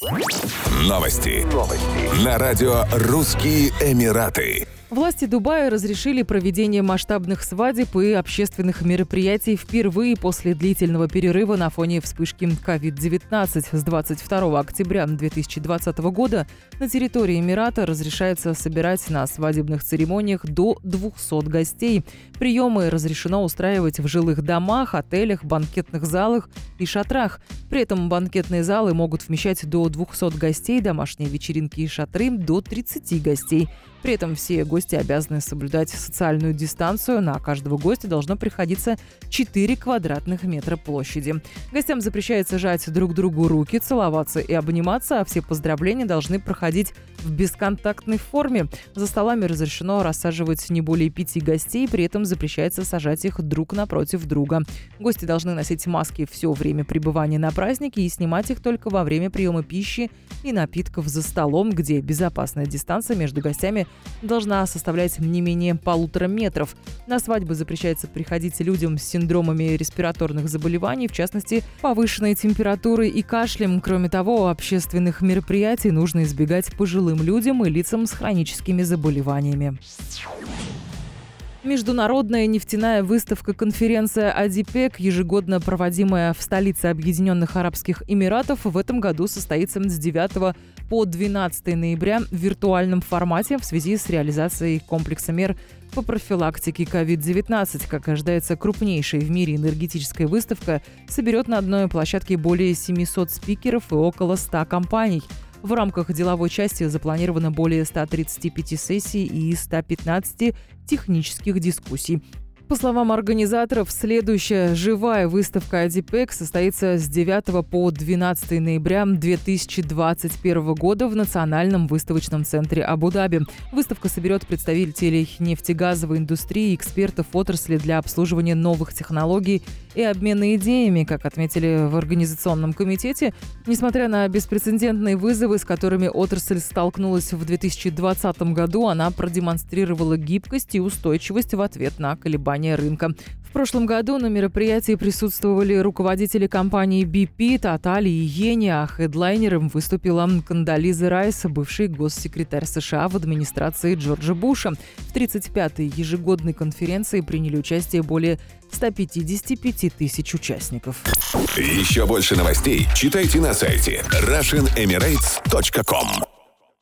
Новости. На радио «Русские Эмираты». Власти Дубая разрешили проведение масштабных свадеб и общественных мероприятий впервые после длительного перерыва на фоне вспышки COVID-19. С 22 октября 2020 года на территории Эмирата разрешается собирать на свадебных церемониях до 200 гостей. Приемы разрешено устраивать в жилых домах, отелях, банкетных залах и шатрах. При этом банкетные залы могут вмещать до 200 гостей, домашние вечеринки и шатры до 30 гостей. При этом все гости обязаны соблюдать социальную дистанцию. На каждого гостя должно приходиться 4 квадратных метра площади. Гостям запрещается жать друг другу руки, целоваться и обниматься, а все поздравления должны проходить в бесконтактной форме. За столами разрешено рассаживать не более 5 гостей, при этом запрещается сажать их друг напротив друга. Гости должны носить маски все время пребывания на празднике и снимать их только во время приема пищи и напитков за столом, где безопасная дистанция между гостями должна составлять не менее 1,5 метров. На свадьбы запрещается приходить людям с синдромами респираторных заболеваний, в частности, повышенной температурой и кашлем. Кроме того, общественных мероприятий нужно избегать пожилым людям и лицам с хроническими заболеваниями. Международная нефтяная выставка-конференция «АДИПЕК», ежегодно проводимая в столице Объединенных Арабских Эмиратов, в этом году состоится с 9 по 12 ноября в виртуальном формате в связи с реализацией комплекса мер по профилактике COVID-19. Как ожидается, крупнейшая в мире энергетическая выставка соберет на одной площадке более 700 спикеров и около 100 компаний. В рамках деловой части запланировано более 135 сессий и 115 технических дискуссий. По словам организаторов, следующая живая выставка «АДИПЕК» состоится с 9 по 12 ноября 2021 года в Национальном выставочном центре Абу-Даби. Выставка соберет представителей нефтегазовой индустрии и экспертов отрасли для обслуживания новых технологий и обмена идеями, как отметили в Организационном комитете. Несмотря на беспрецедентные вызовы, с которыми отрасль столкнулась в 2020 году, она продемонстрировала гибкость и устойчивость в ответ на колебания рынка. В прошлом году на мероприятии присутствовали руководители компаний BP, Total и Eni, а хедлайнером выступила Кондолиза Райс, бывший госсекретарь США в администрации Джорджа Буша. В 35-й ежегодной конференции приняли участие более 155 тысяч участников. Еще больше новостей читайте на сайте RussianEmirates.com.